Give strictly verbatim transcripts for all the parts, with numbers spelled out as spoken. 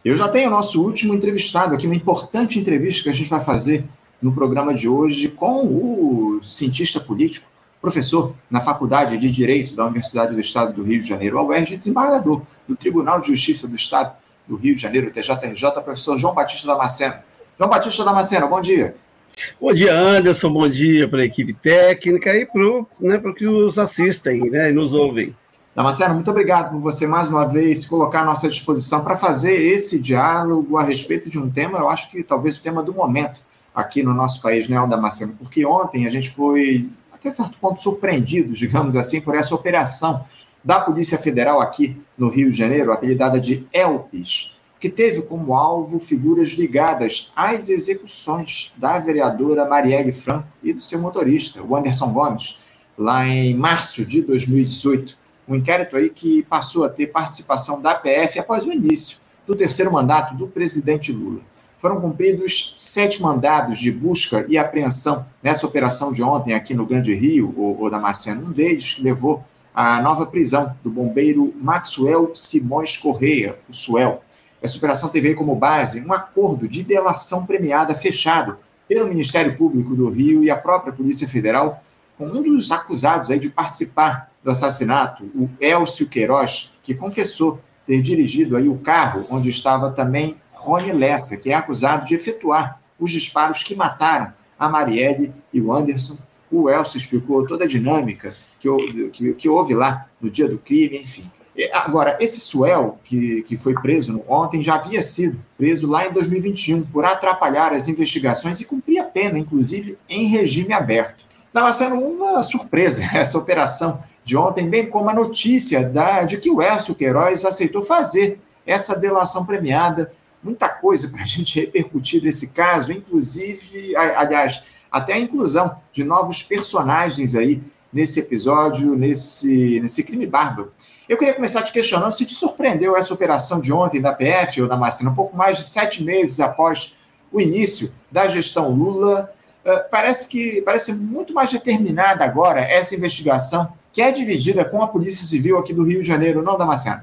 Eu já tenho o nosso último entrevistado aqui, uma importante entrevista que a gente vai fazer no programa de hoje com o cientista político, professor na Faculdade de Direito da Universidade do Estado do Rio de Janeiro, a U E R J, desembargador do Tribunal de Justiça do Estado do Rio de Janeiro, T J R J, professor João Batista Damasceno. João Batista Damasceno, bom dia. Bom dia, Anderson, bom dia para a equipe técnica e para né, os que nos assistem né, e nos ouvem. Damasceno, muito obrigado por você mais uma vez se colocar à nossa disposição para fazer esse diálogo a respeito de um tema, eu acho que talvez o tema do momento aqui no nosso país, né, Damasceno? Porque ontem a gente foi, até certo ponto, surpreendidos, digamos assim, por essa operação da Polícia Federal aqui no Rio de Janeiro, apelidada de Elpis, que teve como alvo figuras ligadas às execuções da vereadora Marielle Franco e do seu motorista, o Anderson Gomes, lá em março de dois mil e dezoito. Um inquérito aí que passou a ter participação da P F após o início do terceiro mandato do presidente Lula. Foram cumpridos sete mandados de busca e apreensão nessa operação de ontem aqui no Grande Rio, o, o Damasceno, um deles que levou à nova prisão do bombeiro Maxwell Simões Correia, o Suel. Essa operação teve aí como base um acordo de delação premiada fechado pelo Ministério Público do Rio e a própria Polícia Federal com um dos acusados aí de participar do assassinato, o Elcio Queiroz, que confessou ter dirigido aí o carro onde estava também Rony Lessa, que é acusado de efetuar os disparos que mataram a Marielle e o Anderson. O Elcio explicou toda a dinâmica que, que, que houve lá no dia do crime, enfim. Agora, esse Suel, que, que foi preso ontem, já havia sido preso lá em dois mil e vinte e um por atrapalhar as investigações e cumprir a pena, inclusive, em regime aberto. Estava sendo uma surpresa essa operação de ontem, bem como a notícia da, de que o Elcio Queiroz aceitou fazer essa delação premiada. Muita coisa para a gente repercutir desse caso, inclusive, aliás, até a inclusão de novos personagens aí nesse episódio, nesse, nesse crime bárbaro. Eu queria começar te questionando se te surpreendeu essa operação de ontem da P F, ou da Damasceno, um pouco mais de sete meses após o início da gestão Lula. Uh, parece que parece muito mais determinada agora essa investigação, que é dividida com a Polícia Civil aqui do Rio de Janeiro, não, Damasceno?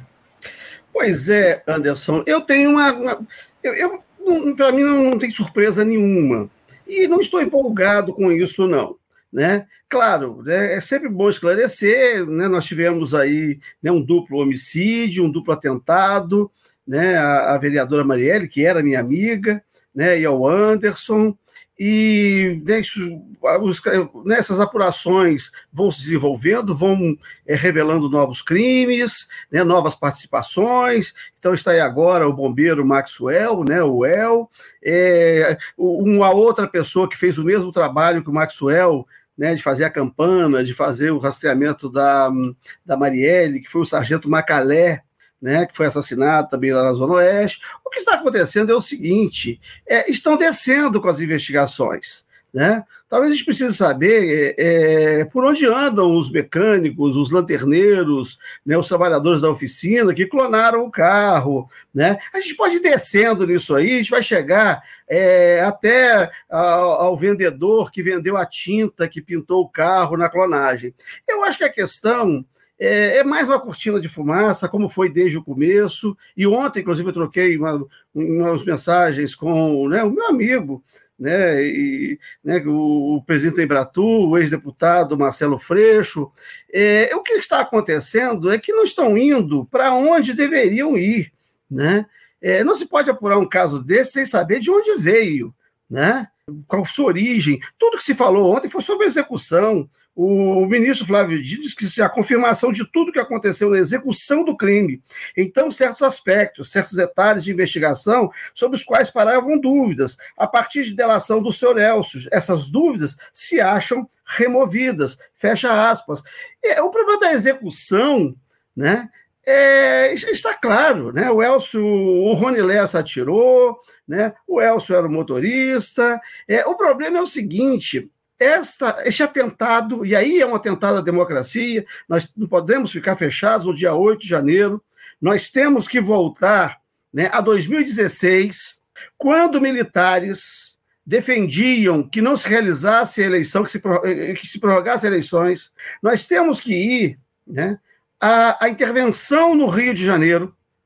Pois é, Anderson, eu tenho uma... uma eu, eu, para mim não, não tem surpresa nenhuma, e não estou empolgado com isso, não. Né? Claro, né, é sempre bom esclarecer, né, nós tivemos aí né, um duplo homicídio, um duplo atentado, né, a, a vereadora Marielle, que era minha amiga, né, e ao Anderson, e né, isso, os, né, essas apurações vão se desenvolvendo, vão é, revelando novos crimes, né, novas participações. Então está aí agora o bombeiro Maxwell, né, o El, é, uma outra pessoa que fez o mesmo trabalho que o Maxwell, né, de fazer a campana, de fazer o rastreamento da, da Marielle, que foi o sargento Macalé, né, que foi assassinado também lá na Zona Oeste. O que está acontecendo é o seguinte, é, estão descendo com as investigações. Né? Talvez a gente precise saber é, é, por onde andam os mecânicos, os lanterneiros, né, os trabalhadores da oficina que clonaram o carro. Né? A gente pode ir descendo nisso aí, a gente vai chegar é, até ao, ao vendedor que vendeu a tinta que pintou o carro na clonagem. Eu acho que a questão é, é mais uma cortina de fumaça, como foi desde o começo, e ontem, inclusive, eu troquei uma, umas mensagens com né, o meu amigo, né, e, né, o, o presidente da Embratu, o ex-deputado Marcelo Freixo. É, o que está acontecendo é que não estão indo para onde deveriam ir. Né? É, não se pode apurar um caso desse sem saber de onde veio, né? Qual sua origem. Tudo que se falou ontem foi sobre execução. O ministro Flávio Dino disse que a confirmação de tudo que aconteceu na execução do crime. Então, certos aspectos, certos detalhes de investigação sobre os quais paravam dúvidas. A partir de delação do senhor Elcio, essas dúvidas se acham removidas. Fecha aspas. E, o problema da execução, né, é, está claro, né? O Elcio, o Rony Lessa atirou, né? O Elcio era o motorista. É, o problema é o seguinte... Esta, este atentado, e aí é um atentado à democracia, nós não podemos ficar fechados no dia oito de janeiro, nós temos que voltar né, a dois mil e dezesseis, quando militares defendiam que não se realizasse a eleição, que se, que se prorrogasse eleições. Nós temos que ir né, à, à intervenção no Rio de Janeiro,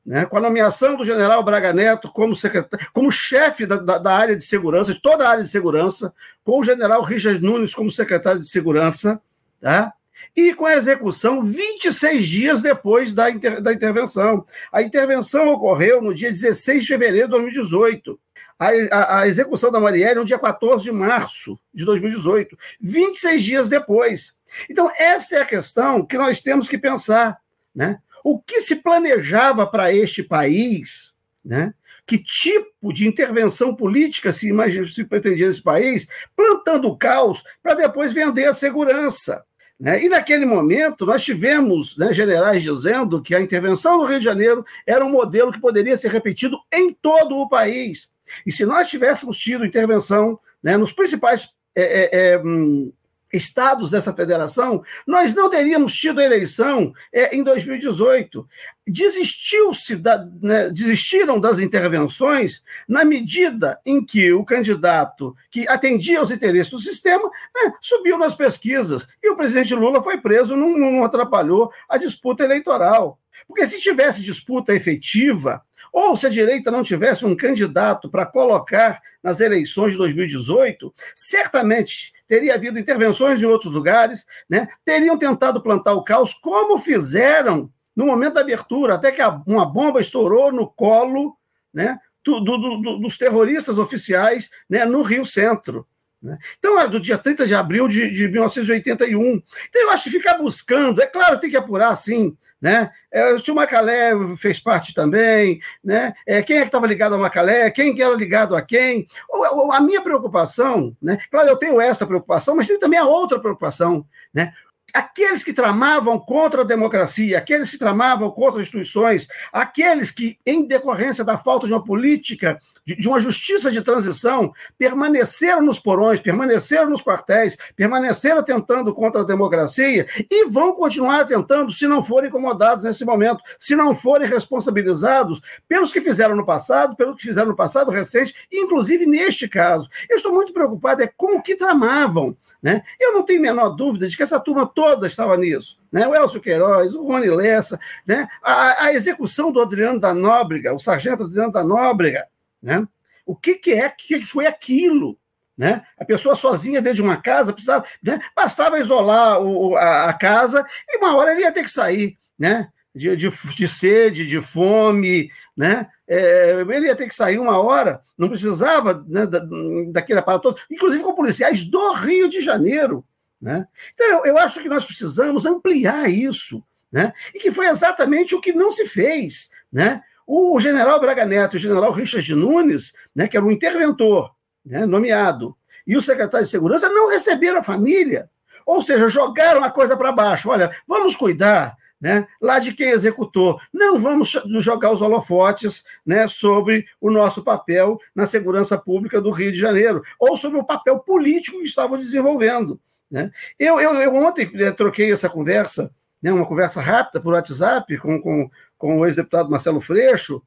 né, com a nomeação do general Braga Neto como, secretário, como chefe da, da, da área de segurança, de toda a área de segurança, com o general Richard Nunes como secretário de segurança, tá? E com a execução vinte e seis dias depois da, inter, da intervenção. A intervenção ocorreu no dia dezesseis de fevereiro de dois mil e dezoito. A, a, a execução da Marielle no dia quatorze de março de dois mil e dezoito, vinte e seis dias depois. Então, essa é a questão que nós temos que pensar, né? O que se planejava para este país, né? Que tipo de intervenção política se, imagina, se pretendia nesse país, plantando o caos para depois vender a segurança, né? E naquele momento nós tivemos, né, generais dizendo que a intervenção no Rio de Janeiro era um modelo que poderia ser repetido em todo o país. E se nós tivéssemos tido intervenção, né, nos principais é, é, hum, estados dessa federação, nós não teríamos tido eleição é, em dois mil e dezoito. Desistiu-se da, né, desistiram das intervenções na medida em que o candidato que atendia aos interesses do sistema, né, subiu nas pesquisas e o presidente Lula foi preso, não, não atrapalhou a disputa eleitoral. Porque se tivesse disputa efetiva, ou se a direita não tivesse um candidato para colocar nas eleições de dois mil e dezoito, certamente teria havido intervenções em outros lugares, né? Teriam tentado plantar o caos, como fizeram no momento da abertura, até que uma bomba estourou no colo, né, do, do, do, dos terroristas oficiais, né, no Rio Centro. Então, é do dia trinta de abril de, de mil novecentos e oitenta e um. Então, eu acho que ficar buscando, é claro, tem que apurar, sim, né? É, o tio Macalé fez parte também, né? É, quem é que estava ligado ao Macalé, quem que era ligado a quem? O, a minha preocupação, né? Claro, eu tenho essa preocupação, mas tem também a outra preocupação, né? Aqueles que tramavam contra a democracia, aqueles que tramavam contra as instituições, aqueles que, em decorrência da falta de uma política, de, de uma justiça de transição, permaneceram nos porões, permaneceram nos quartéis, permaneceram tentando contra a democracia e vão continuar tentando se não forem incomodados nesse momento, se não forem responsabilizados pelos que fizeram no passado, pelos que fizeram no passado recente, inclusive neste caso. Eu estou muito preocupado é com o que tramavam, né? Eu não tenho a menor dúvida de que essa turma toda estava nisso, né? O Elcio Queiroz, o Rony Lessa, né? a, a execução do Adriano da Nóbrega, o sargento Adriano da Nóbrega, né? O que, que é que foi aquilo? Né? A pessoa sozinha dentro de uma casa, precisava, né? Bastava isolar o, a, a casa e uma hora ele ia ter que sair, né? De, de, de sede, de fome, né? É, ele ia ter que sair uma hora, não precisava, né, da, daquele aparato todo, inclusive com policiais do Rio de Janeiro, né? Então, eu, eu acho que nós precisamos ampliar isso, né? E que foi exatamente o que não se fez, né? O, o general Braga Neto e o general Richard Nunes, né, que era um interventor, né, nomeado, e o secretário de Segurança não receberam a família, ou seja, jogaram a coisa para baixo. Olha, vamos cuidar, né, lá de quem executou. Não vamos jogar os holofotes, né, sobre o nosso papel na segurança pública do Rio de Janeiro, ou sobre o papel político que estavam desenvolvendo, né? Eu, eu, eu ontem troquei essa conversa, né, uma conversa rápida por WhatsApp com, com, com o ex-deputado Marcelo Freixo,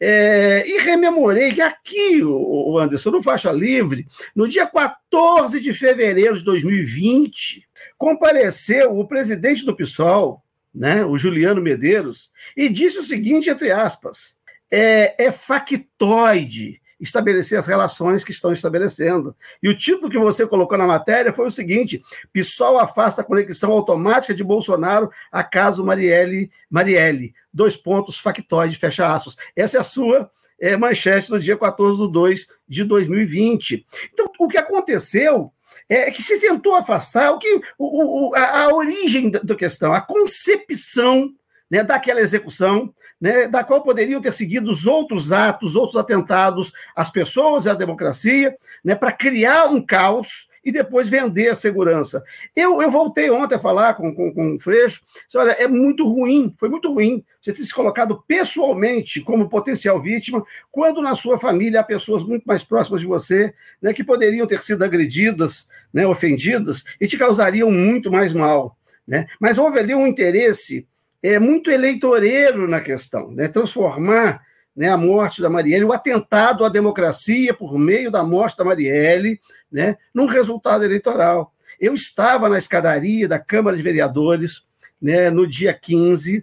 é, e rememorei que aqui, o Anderson, no Faixa Livre, no dia quatorze de fevereiro de dois mil e vinte, compareceu o presidente do PSOL, né, o Juliano Medeiros, e disse o seguinte, entre aspas, é, é factoide estabelecer as relações que estão estabelecendo. E o título que você colocou na matéria foi o seguinte: PSOL afasta a conexão automática de Bolsonaro a caso Marielle, Marielle. Dois pontos, factoide, fecha aspas. Essa é a sua é, manchete no dia quatorze de dois de dois mil e vinte. Então, o que aconteceu é que se tentou afastar o que, o, o, a, a origem da questão, a concepção, né, daquela execução, né, da qual poderiam ter seguido os outros atos, outros atentados às pessoas e à democracia, né, para criar um caos e depois vender a segurança. Eu, eu voltei ontem a falar com, com, com o Freixo, disse, olha, é muito ruim, foi muito ruim você ter se colocado pessoalmente como potencial vítima, quando na sua família há pessoas muito mais próximas de você, né, que poderiam ter sido agredidas, né, ofendidas, e te causariam muito mais mal, né? Mas houve ali um interesse é, muito eleitoreiro na questão, né, transformar, né, a morte da Marielle, o atentado à democracia por meio da morte da Marielle, né, num resultado eleitoral. Eu estava na escadaria da Câmara de Vereadores, né, no dia quinze,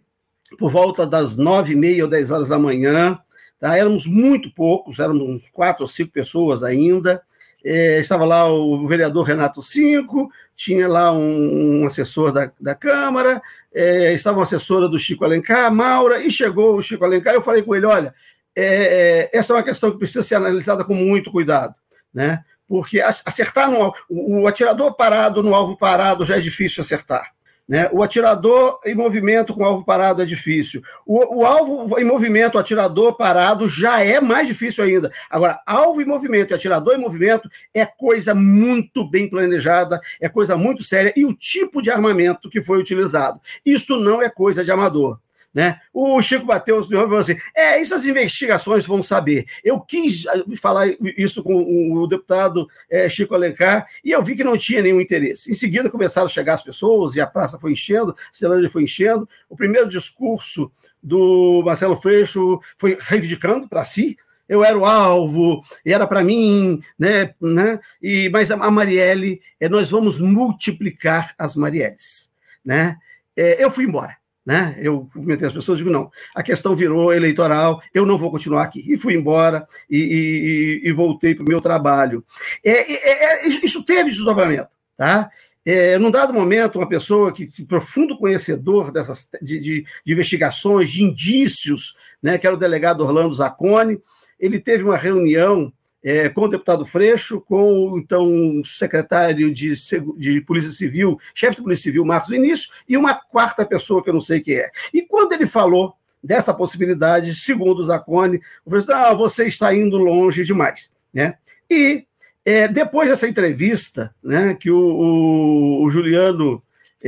por volta das nove e meia ou dez horas da manhã. Tá? Éramos muito poucos, éramos uns quatro ou cinco pessoas ainda. É, estava lá o vereador Renato Cinco, tinha lá um, um assessor da, da Câmara, é, estava uma assessora do Chico Alencar, Maura, e chegou o Chico Alencar, eu falei com ele, olha, é, essa é uma questão que precisa ser analisada com muito cuidado, né? Porque acertar no, o, o atirador parado no alvo parado já é difícil acertar. Né? O atirador em movimento com o alvo parado é difícil. O, o alvo em movimento, o atirador parado, já é mais difícil ainda. Agora, alvo em movimento e atirador em movimento é coisa muito bem planejada, é coisa muito séria, e o tipo de armamento que foi utilizado. Isso não é coisa de amador. Né? O Chico bateu os falou assim, é, isso as investigações vão saber. Eu quis falar isso com o deputado é, Chico Alencar e eu vi que não tinha nenhum interesse. Em seguida começaram a chegar as pessoas e a praça foi enchendo, a Celândia foi enchendo. O primeiro discurso do Marcelo Freixo foi reivindicando para si, eu era o alvo, era para mim, né, né? E, mas a Marielle, é, nós vamos multiplicar as Marielles. Né? É, eu fui embora. Né? Eu comentei às pessoas, digo, não, a questão virou eleitoral, eu não vou continuar aqui. E fui embora e, e, e voltei para o meu trabalho. É, é, é, isso teve desdobramento. Tá? É, num dado momento, uma pessoa que, que profundo conhecedor dessas, de, de, de investigações, de indícios, né, que era o delegado Orlando Zacconi, ele teve uma reunião É, com o deputado Freixo, com o então secretário de, de Polícia Civil, chefe de Polícia Civil, Marcos Vinícius, e uma quarta pessoa que eu não sei quem é. E quando ele falou dessa possibilidade, segundo o Zacconi, o Freixo disse, ah, você está indo longe demais. Né? E é, depois dessa entrevista, né, que o, o, o Juliano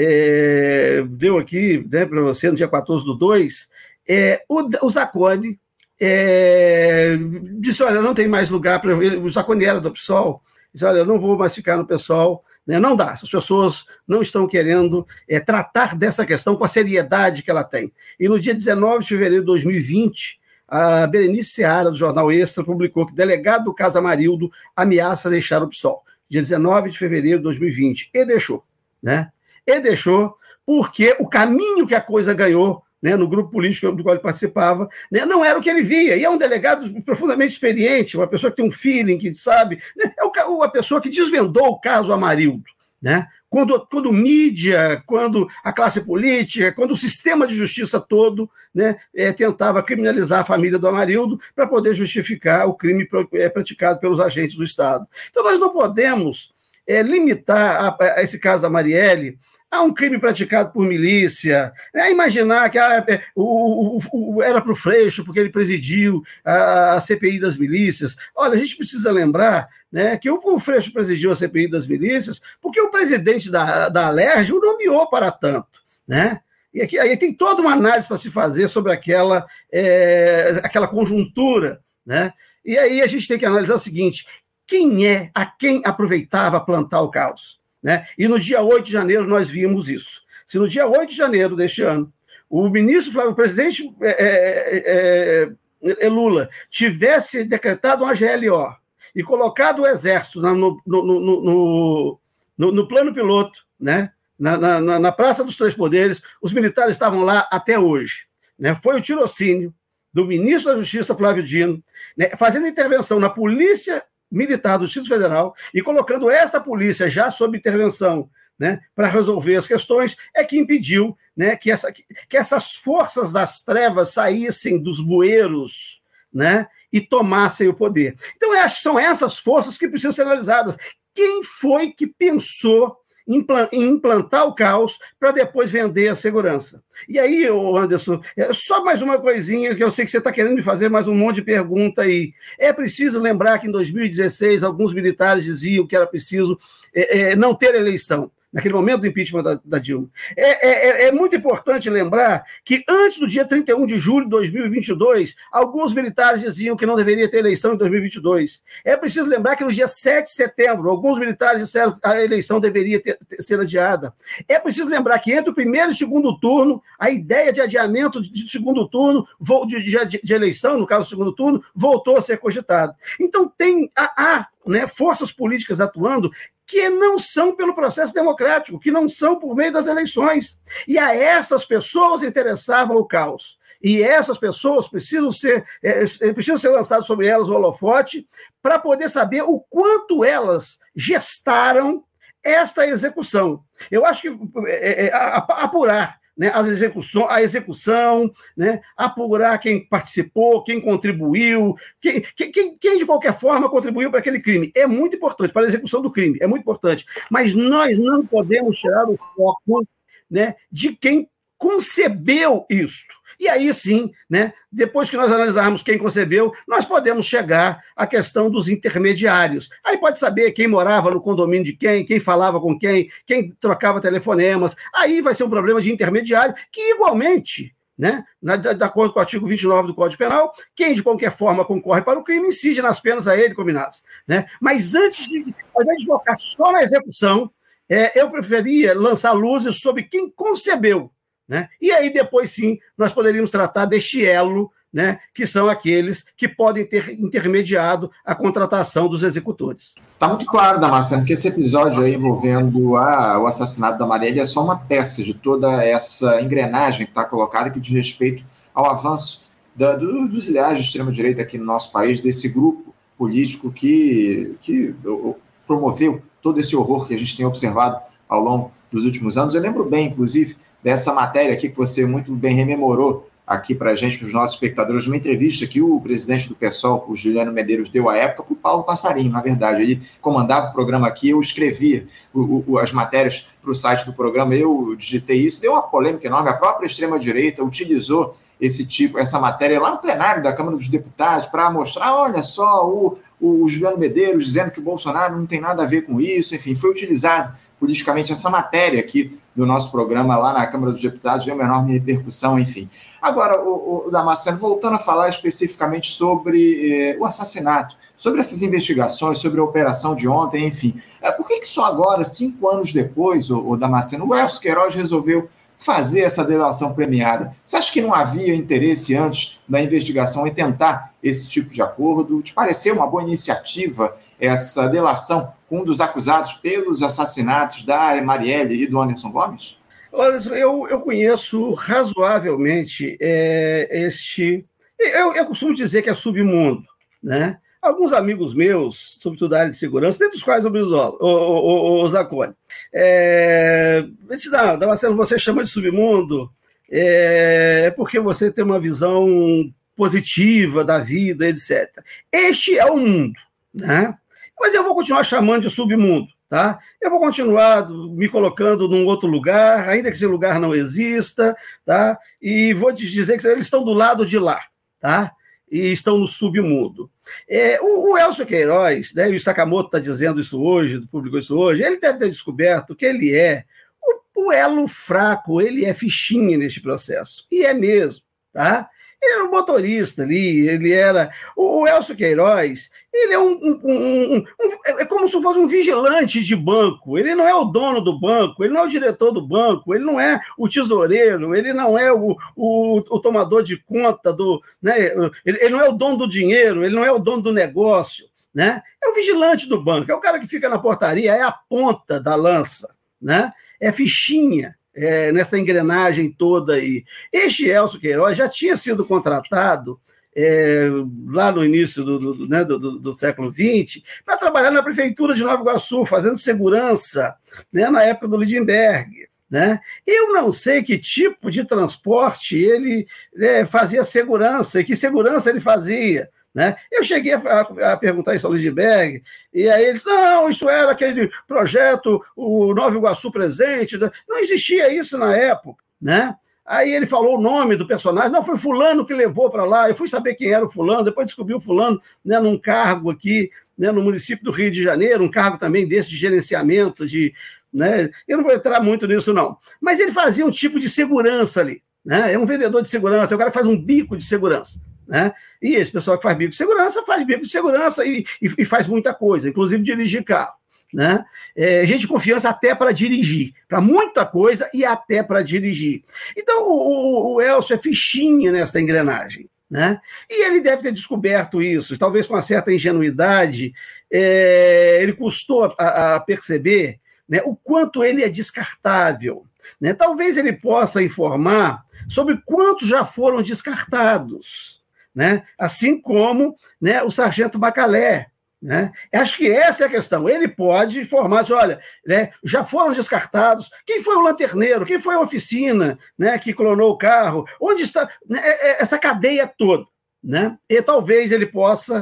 é, deu aqui, né, para você no dia quatorze do dois, é, o, o Zacconi É, disse, olha, não tem mais lugar para eu... O Zacconi era do PSOL, disse, olha, eu não vou mais ficar no PSOL, né? Não dá, as pessoas não estão querendo é, tratar dessa questão com a seriedade que ela tem. E no dia dezenove de fevereiro de dois mil e vinte, a Berenice Seara, do Jornal Extra, publicou que o delegado do caso Amarildo ameaça deixar o PSOL. Dia dezenove de fevereiro de dois mil e vinte, e deixou. Né? E deixou porque o caminho que a coisa ganhou, né, no grupo político do qual ele participava, né, não era o que ele via. E é um delegado profundamente experiente, uma pessoa que tem um feeling, que sabe, né, é o, a pessoa que desvendou o caso Amarildo. Né? Quando, quando mídia, quando a classe política, quando o sistema de justiça todo, né, é, tentava criminalizar a família do Amarildo para poder justificar o crime é, praticado pelos agentes do Estado. Então nós não podemos é, limitar a, a esse caso da Marielle a um crime praticado por milícia, né? Imaginar que ah, o, o, o, era para o Freixo, porque ele presidiu a, a C P I das milícias. Olha, a gente precisa lembrar, né, que o, o Freixo presidiu a C P I das milícias porque o presidente da, da Alerj o nomeou para tanto. Né? E aqui, aí tem toda uma análise para se fazer sobre aquela, é, aquela conjuntura. Né? E aí a gente tem que analisar o seguinte, quem é, a quem aproveitava plantar o caos? Né? E no dia oito de janeiro nós vimos isso. Se no dia oito de janeiro deste ano, o ministro Flávio, o presidente é, é, é, Lula, tivesse decretado uma G L O e colocado o Exército no, no, no, no, no, no plano piloto, né? na, na, na Praça dos Três Poderes, os militares estavam lá até hoje. Né? Foi o tirocínio do ministro da Justiça, Flávio Dino, né? fazendo intervenção na Polícia Militar do Distrito Federal e colocando essa polícia já sob intervenção, né, para resolver as questões, é que impediu, né, que, essa, que essas forças das trevas saíssem dos bueiros, né, e tomassem o poder. Então, eu acho que são essas forças que precisam ser analisadas. Quem foi que pensou em implantar o caos para depois vender a segurança? E aí, Anderson, só mais uma coisinha, que eu sei que você está querendo me fazer mais um monte de pergunta aí. É preciso lembrar que em dois mil e dezesseis alguns militares diziam que era preciso é, é, não ter eleição, naquele momento do impeachment da, da Dilma. É, é, é muito importante lembrar que antes do dia trinta e um de julho de dois mil e vinte e dois, alguns militares diziam que não deveria ter eleição em dois mil e vinte e dois. É preciso lembrar que no dia sete de setembro, alguns militares disseram que a eleição deveria ter, ter, ser adiada. É preciso lembrar que entre o primeiro e o segundo turno, a ideia de adiamento de, de segundo turno, de, de, de eleição, no caso do segundo turno, voltou a ser cogitada. Então tem há, há né, forças políticas atuando que não são pelo processo democrático, que não são por meio das eleições. E a essas pessoas interessavam o caos. E essas pessoas precisam ser, é, precisam ser lançados sobre elas o holofote para poder saber o quanto elas gestaram esta execução. Eu acho que é, é, apurar, né, as execução, a execução, né, apurar quem participou, quem contribuiu, quem, quem, quem de qualquer forma contribuiu para aquele crime. É muito importante, para a execução do crime, é muito importante. Mas nós não podemos tirar o foco, né, de quem concebeu isto. E aí sim, né, depois que nós analisarmos quem concebeu, nós podemos chegar à questão dos intermediários. Aí pode saber quem morava no condomínio de quem, quem falava com quem, quem trocava telefonemas. Aí vai ser um problema de intermediário, que igualmente, né, de acordo com o artigo vinte e nove do Código Penal, quem de qualquer forma concorre para o crime incide nas penas a ele combinadas. Né? Mas antes de, ao invés de focar só na execução, é, eu preferia lançar luzes sobre quem concebeu. Né? E aí, depois, sim, nós poderíamos tratar deste elo, né, que são aqueles que podem ter intermediado a contratação dos executores. Está muito claro, Damasceno, que esse episódio aí envolvendo a, o assassinato da Marielle é só uma peça de toda essa engrenagem que está colocada, que diz respeito ao avanço da, do, dos ideais de extrema-direita aqui no nosso país, desse grupo político que, que promoveu todo esse horror que a gente tem observado ao longo dos últimos anos. Eu lembro bem, inclusive, dessa matéria aqui que você muito bem rememorou aqui para a gente, para os nossos espectadores, uma entrevista que o presidente do PSOL, o Juliano Medeiros, deu à época para o Paulo Passarinho, na verdade. Ele comandava o programa aqui, eu escrevia o, o, as matérias para o site do programa, eu digitei isso, deu uma polêmica enorme, a própria extrema-direita utilizou esse tipo, essa matéria lá no plenário da Câmara dos Deputados para mostrar, olha só, o, o Juliano Medeiros dizendo que o Bolsonaro não tem nada a ver com isso, enfim, foi utilizado politicamente essa matéria aqui do nosso programa lá na Câmara dos Deputados, deu uma enorme repercussão, enfim. Agora, o, o Damasceno, voltando a falar especificamente sobre eh, o assassinato, sobre essas investigações, sobre a operação de ontem, enfim, eh, por que que só agora, cinco anos depois, o, o Damasceno, o Elcio Queiroz resolveu fazer essa delação premiada? Você acha que não havia interesse antes da investigação em tentar esse tipo de acordo? Te pareceu uma boa iniciativa essa delação com um dos acusados pelos assassinatos da Marielle e do Anderson Gomes? Eu, eu conheço razoavelmente é, este... Eu, eu costumo dizer que é submundo, né? Alguns amigos meus, sobretudo da área de segurança, dentre os quais o Brizola, o, o, o Zacone, é, disse, não, Damasceno, você chama de submundo é porque você tem uma visão positiva da vida, etcétera. Este é o mundo, né? Mas eu vou continuar chamando de submundo, tá? Eu vou continuar me colocando num outro lugar, ainda que esse lugar não exista, tá? E vou te dizer que eles estão do lado de lá, tá? E estão no submundo. É, o, o Elcio Queiroz, né, e o Sakamoto está dizendo isso hoje, publicou isso hoje, ele deve ter descoberto que ele é o, o elo fraco, ele é fichinha neste processo. E é mesmo, tá? Ele era um motorista ali, ele era... O, o Elcio Queiroz, ele é um, um, um, um, um... É como se fosse um vigilante de banco. Ele não é o dono do banco, ele não é o diretor do banco, ele não é o tesoureiro, ele não é o, o, o tomador de conta do... Né? Ele, ele não é o dono do dinheiro, ele não é o dono do negócio, né? É o vigilante do banco, é o cara que fica na portaria, é a ponta da lança, né? É fichinha. É, nessa engrenagem toda aí. Este Elcio Queiroz já tinha sido contratado é, lá no início do, do, né, do, do, do século vinte para trabalhar na prefeitura de Nova Iguaçu, fazendo segurança, né, na época do Lindenberg. Né? Eu não sei que tipo de transporte ele é, fazia segurança, e que segurança ele fazia. Né? Eu cheguei a, a perguntar isso ao Lindenberg, e aí eles, não, isso era aquele projeto, o Nova Iguaçu Presente, não existia isso na época, né? Aí ele falou o nome do personagem, não, foi fulano que levou para lá, eu fui saber quem era o fulano, depois descobri o fulano, né, num cargo aqui, né, no município do Rio de Janeiro, um cargo também desse de gerenciamento, de, né, eu não vou entrar muito nisso não, mas ele fazia um tipo de segurança ali, né? É um vendedor de segurança, é o cara que faz um bico de segurança. Né? E esse pessoal que faz bico de segurança, faz bico de segurança e, e, e faz muita coisa, inclusive dirigir carro. Né? É, gente de confiança até para dirigir, para muita coisa e até para dirigir. Então, o, o, o Elcio é fichinha nessa engrenagem. né? E ele deve ter descoberto isso, talvez com uma certa ingenuidade, é, ele custou a, a perceber, né, o quanto ele é descartável, né? Talvez ele possa informar sobre quantos já foram descartados, né? Assim como, né, o sargento Macalé, né? Acho que essa é a questão. Ele pode informar, assim, olha, né, já foram descartados, quem foi o lanterneiro, quem foi a oficina, né, que clonou o carro, onde está, né, essa cadeia toda, né? E talvez ele possa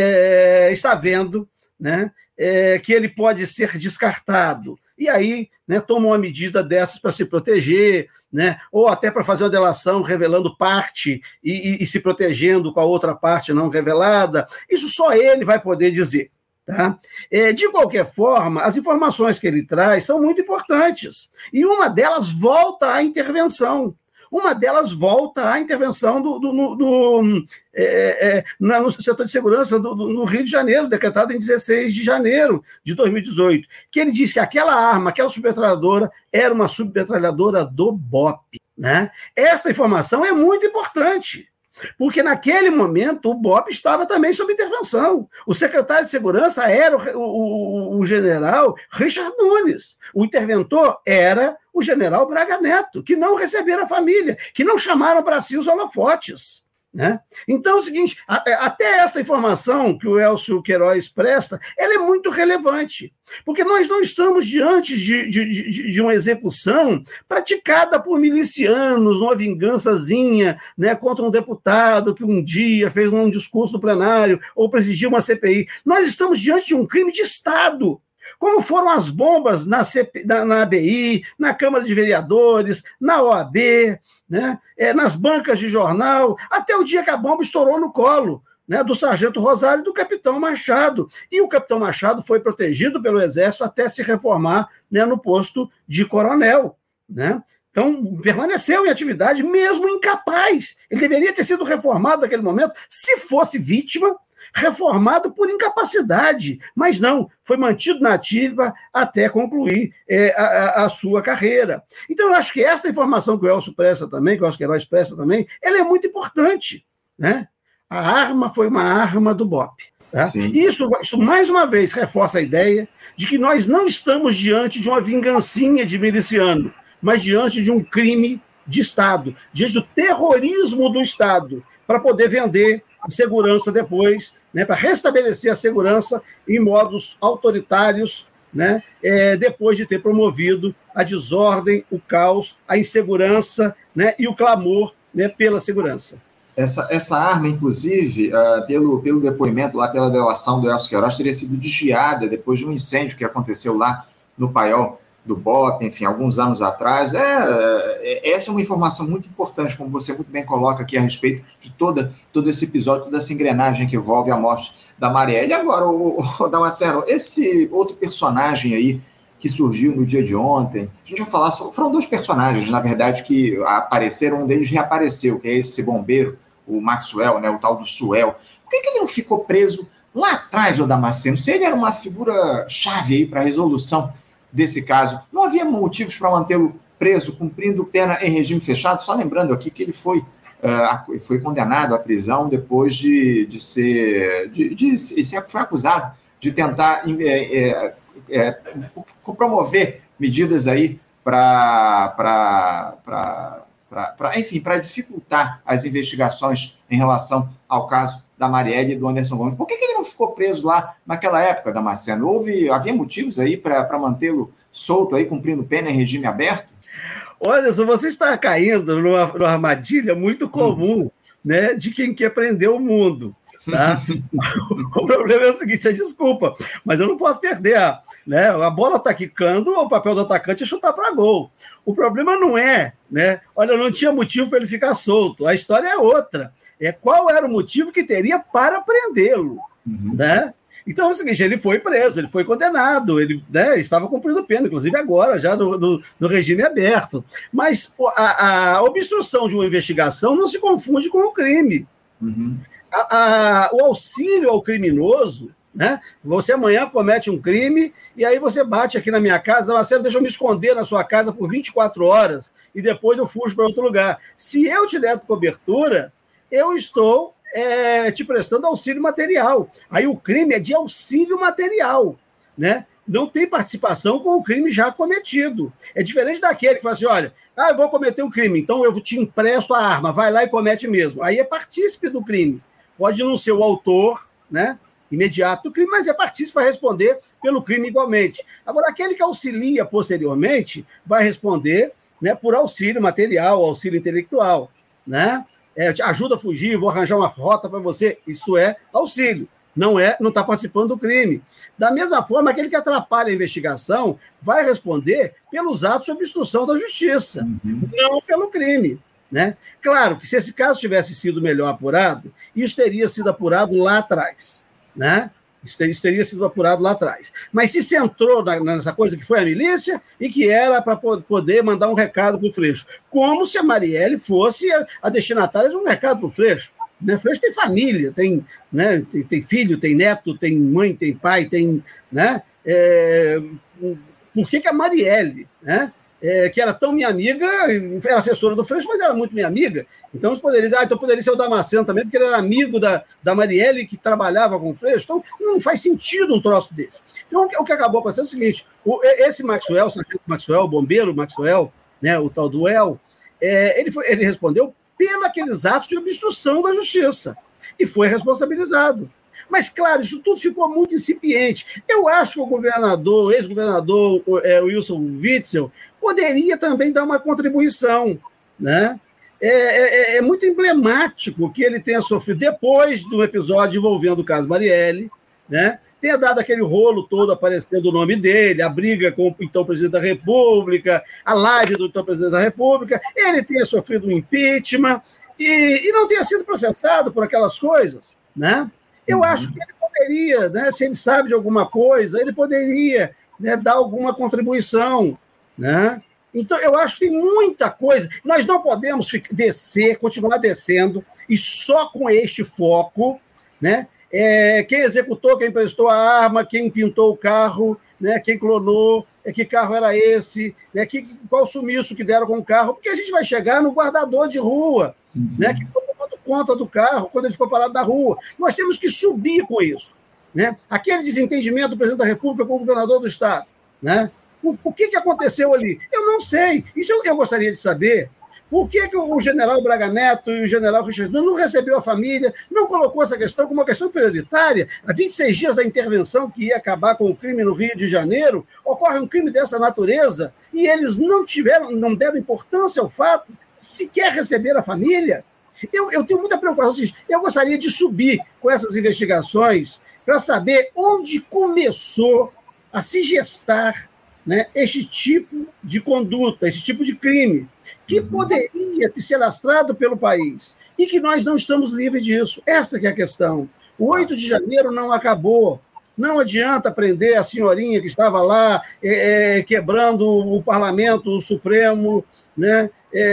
é, estar vendo, né, é, que ele pode ser descartado. E aí, né, toma uma medida dessas para se proteger, né, ou até para fazer uma delação revelando parte e, e, e se protegendo com a outra parte não revelada. Isso só ele vai poder dizer. Tá? É, de qualquer forma, as informações que ele traz são muito importantes. E uma delas volta à intervenção. Uma delas volta à intervenção do, do, do, do, é, é, no setor de segurança do, do, no Rio de Janeiro, decretado em dezesseis de janeiro de dois mil e dezoito, que ele disse que aquela arma, aquela submetralhadora, era uma submetralhadora do B O P. Né? Essa informação é muito importante, porque naquele momento o B O P estava também sob intervenção. O secretário de Segurança era o, o, o general Richard Nunes. O interventor era o general Braga Neto, que não receberam a família, que não chamaram para si os holofotes. Né? Então é o seguinte, até essa informação que o Elcio Queiroz presta, ela é muito relevante, porque nós não estamos diante de, de, de, de uma execução praticada por milicianos, uma vingançazinha, né, contra um deputado que um dia fez um discurso no plenário ou presidiu uma C P I. Nós estamos diante de um crime de Estado, como foram as bombas na, C P, na, na A B I, na Câmara de Vereadores, na O A B, né, é, nas bancas de jornal, até o dia que a bomba estourou no colo, né, do sargento Rosário e do capitão Machado. E o capitão Machado foi protegido pelo Exército até se reformar, né, no posto de coronel. Né? Então, permaneceu em atividade, mesmo incapaz. Ele deveria ter sido reformado naquele momento, se fosse vítima, reformado por incapacidade, mas não, foi mantido na ativa até concluir é, a, a sua carreira. Então, eu acho que essa informação que o Elcio presta também, que o Elcio Queiroz presta também, ela é muito importante. Né? A arma foi uma arma do B O P. Tá? Isso, isso, mais uma vez, reforça a ideia de que nós não estamos diante de uma vingancinha de miliciano, mas diante de um crime de Estado, diante do terrorismo do Estado, para poder vender a segurança depois, né, para restabelecer a segurança em modos autoritários, né, é, depois de ter promovido a desordem, o caos, a insegurança, né, e o clamor, né, pela segurança. Essa, essa arma, inclusive, uh, pelo, pelo depoimento, lá pela delação do Elcio Queiroz, teria sido desviada depois de um incêndio que aconteceu lá no paiol do B O P, enfim, alguns anos atrás. É, é, essa é uma informação muito importante, como você muito bem coloca aqui, a respeito de toda, todo esse episódio, toda essa engrenagem que envolve a morte da Marielle. E agora, o, o Damasceno, esse outro personagem aí que surgiu no dia de ontem, a gente vai falar, foram dois personagens, na verdade, que apareceram, um deles reapareceu, que é esse bombeiro, o Maxwell, né, o tal do Suel. Por que, que ele não ficou preso lá atrás, o Damasceno? Se ele era uma figura chave aí para a resolução desse caso, não havia motivos para mantê-lo preso, cumprindo pena em regime fechado? Só lembrando aqui que ele foi, uh, foi condenado à prisão depois de, de ser, de, de, de, foi acusado de tentar é, é, é, promover medidas aí para, enfim, para dificultar as investigações em relação ao caso da Marielle e do Anderson Gomes. Por que, que ele não ficou preso lá naquela época, Damasceno? Houve, havia motivos aí para mantê-lo solto, aí, cumprindo pena em regime aberto? Olha, só você está caindo numa, numa armadilha muito comum, hum. né, de quem quer prender o mundo. Tá? O problema é o seguinte, você desculpa, mas eu não posso perder. Né? A bola está quicando, o papel do atacante é chutar para gol. O problema não é, né? Olha, não tinha motivo para ele ficar solto. A história é outra. É qual era o motivo que teria para prendê-lo, uhum. né? Então é o seguinte, ele foi preso, ele foi condenado, ele, né, estava cumprindo pena, inclusive agora, já no, no, no regime aberto. Mas a, a obstrução de uma investigação não se confunde com o crime. Uhum. A, a, o auxílio ao criminoso, né? Você amanhã comete um crime e aí você bate aqui na minha casa, você deixa eu me esconder na sua casa por vinte e quatro horas e depois eu fujo para outro lugar. Se eu te der cobertura, eu estou é, te prestando auxílio material. Aí o crime é de auxílio material, né? Não tem participação com o crime já cometido. É diferente daquele que fala assim, olha, ah, eu vou cometer um crime, então eu te empresto a arma, vai lá e comete mesmo. Aí é partícipe do crime. Pode não ser o autor, né, imediato do crime, mas é partícipe para responder pelo crime igualmente. Agora, aquele que auxilia posteriormente vai responder, né, por auxílio material, auxílio intelectual, né? É, te ajuda a fugir, vou arranjar uma rota para você. Isso é auxílio. Não é, não está participando do crime. Da mesma forma, aquele que atrapalha a investigação vai responder pelos atos de obstrução da justiça, uhum. não pelo crime. Né? Claro que se esse caso tivesse sido melhor apurado, isso teria sido apurado lá atrás. Né? Isso teria sido apurado lá atrás. Mas se centrou nessa coisa que foi a milícia e que era para poder mandar um recado para o Freixo. Como se a Marielle fosse a destinatária de um recado para o Freixo. Né? Freixo tem família, tem, né? tem, tem filho, tem neto, tem mãe, tem pai, tem. Né? É, por que, que a Marielle, né? É, que era tão minha amiga, era assessora do Freixo, mas era muito minha amiga, então poderia dizer, ah, então poderia ser o Damasceno também, porque ele era amigo da, da Marielle, que trabalhava com o Freixo, então não faz sentido um troço desse. Então o que acabou acontecendo é o seguinte, o, esse Maxwell, o sargento Maxwell, o bombeiro Maxwell, né, o tal do El, é, ele, foi, ele respondeu pelos aqueles atos de obstrução da justiça, e foi responsabilizado. Mas, claro, isso tudo ficou muito incipiente. Eu acho que o governador, o ex-governador é, Wilson Witzel, poderia também dar uma contribuição. Né? É, é, é muito emblemático que ele tenha sofrido, depois do episódio envolvendo o caso Marielle, né? Tenha dado aquele rolo todo aparecendo o nome dele, a briga com o então presidente da República, a live do então presidente da República, ele tenha sofrido um impeachment e, e não tenha sido processado por aquelas coisas, né? Eu acho que ele poderia, né, se ele sabe de alguma coisa, ele poderia, né, dar alguma contribuição. Né? Então, eu acho que tem muita coisa. Nós não podemos descer, continuar descendo, e só com este foco, né, é, quem executou, quem prestou a arma, quem pintou o carro, né, quem clonou, é, que carro era esse, né, que, qual sumiço que deram com o carro, porque a gente vai chegar no guardador de rua, uhum. né, que ficou tomando conta do carro quando ele ficou parado na rua. Nós temos que subir com isso. Né? Aquele desentendimento do presidente da República com o governador do Estado. Né? O, o que, que aconteceu ali? Eu não sei. Isso eu, eu gostaria de saber. Por que, que o general Braga Neto e o general Richard não recebeu a família, não colocou essa questão como uma questão prioritária? Há vinte e seis dias da intervenção que ia acabar com o crime no Rio de Janeiro, ocorre um crime dessa natureza e eles não tiveram, não deram importância ao fato, sequer receber a família? Eu, eu tenho muita preocupação. Eu gostaria de subir com essas investigações para saber onde começou a se gestar, né, este tipo de conduta, esse tipo de crime, que poderia ser lastrado pelo país e que nós não estamos livres disso. Essa que é a questão. O oito de janeiro não acabou. Não adianta prender a senhorinha que estava lá é, quebrando o parlamento, o Supremo, né,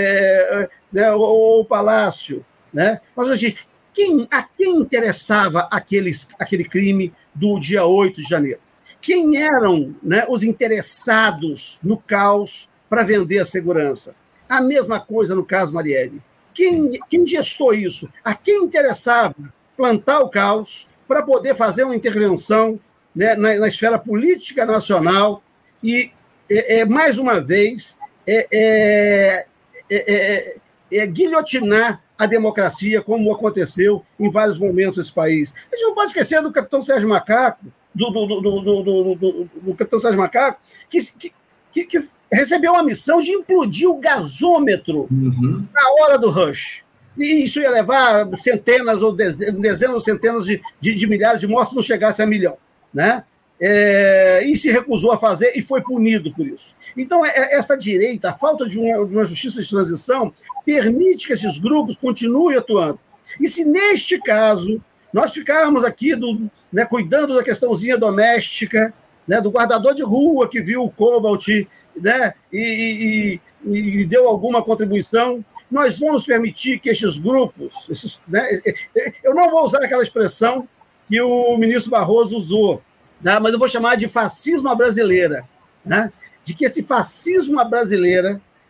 é, né, o, o Palácio. Né? Mas, gente, quem, a quem interessava aqueles, aquele crime do dia oito de janeiro? Quem eram, né, os interessados no caos para vender a segurança? A mesma coisa no caso Marielle. Quem, quem gestou isso? A quem interessava plantar o caos para poder fazer uma intervenção, né, na, na esfera política nacional e, é, é, mais uma vez, é, é, é, é, é guilhotinar a democracia, como aconteceu em vários momentos nesse país. A gente não pode esquecer do capitão Sérgio Macaco, do, do, do, do, do, do, do capitão Sérgio Macaco, que, que, que recebeu a missão de implodir o gasômetro uhum. na hora do rush. E isso ia levar centenas ou dezenas ou centenas de, de, de milhares de mortos, se não chegasse a milhão. Né? É, e se recusou a fazer e foi punido por isso. Então, essa direita, a falta de uma, de uma justiça de transição, permite que esses grupos continuem atuando. E se, neste caso, nós ficarmos aqui do, né, cuidando da questãozinha doméstica, né, do guardador de rua que viu o Cobalt, né, e, e, e deu alguma contribuição, nós vamos permitir que esses grupos... Esses, né, eu não vou usar aquela expressão que o ministro Barroso usou, né, mas eu vou chamar de fascismo à brasileira, né, de que esse fascismo à brasileira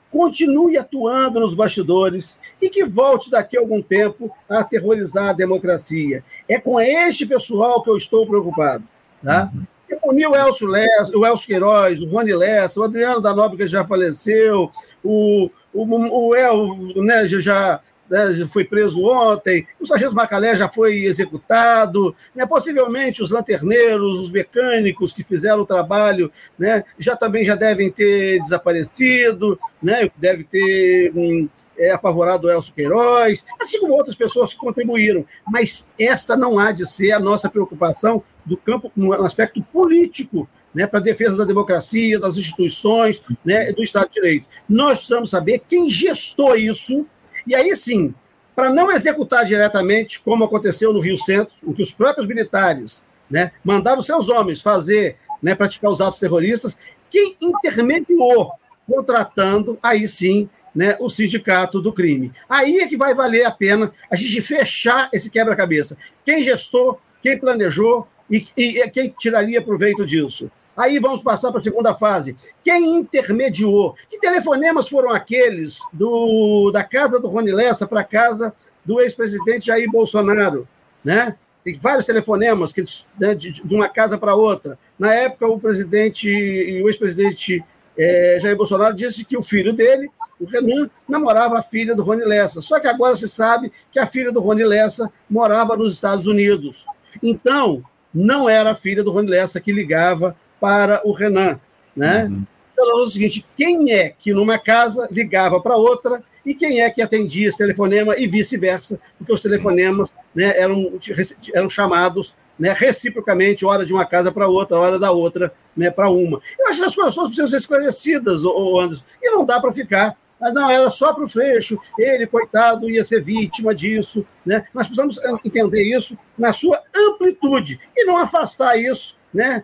continue atuando nos bastidores e que volte daqui a algum tempo a aterrorizar a democracia. É com este pessoal que eu estou preocupado. Tá? Eu puni o Elcio Lessa, o Elcio Queiroz, o Rony Lessa, o Adriano da Nóbrega que já faleceu, o, o, o El, né, já... já foi preso ontem, o sargento Macalé já foi executado, né? Possivelmente os lanterneiros, os mecânicos que fizeram o trabalho, né, já também já devem ter desaparecido, né, deve ter um, é, apavorado o Elcio Queiroz, assim como outras pessoas que contribuíram. Mas esta não há de ser a nossa preocupação do campo, no aspecto político, né, para a defesa da democracia, das instituições, né, do Estado de Direito. Nós precisamos saber quem gestou isso. E aí sim, para não executar diretamente, como aconteceu no Rio Centro, em que os próprios militares, né, mandaram seus homens fazer, né, praticar os atos terroristas, quem intermediou, contratando, aí sim, né, o sindicato do crime. Aí é que vai valer a pena a gente fechar esse quebra-cabeça. Quem gestou, quem planejou e, e, e quem tiraria proveito disso. Aí vamos passar para a segunda fase. Quem intermediou? Que telefonemas foram aqueles do, da casa do Rony Lessa para a casa do ex-presidente Jair Bolsonaro? Né? Tem vários telefonemas que, né, de, de uma casa para outra. Na época, o presidente, o ex-presidente é, Jair Bolsonaro disse que o filho dele, o Renan, namorava a filha do Rony Lessa. Só que agora se sabe que a filha do Rony Lessa morava nos Estados Unidos. Então, não era a filha do Rony Lessa que ligava para o Renan, né? Uhum. Então, é o seguinte, quem é que numa casa ligava para outra e quem é que atendia esse telefonema e vice-versa, porque os telefonemas, né, eram, eram chamados, né, reciprocamente, hora de uma casa para outra, hora da outra, né, para uma. Eu acho que as coisas precisam ser esclarecidas, ô Anderson, e não dá para ficar, mas não, era só para o Freixo, ele, coitado, ia ser vítima disso, né? Nós precisamos entender isso na sua amplitude e não afastar isso, né,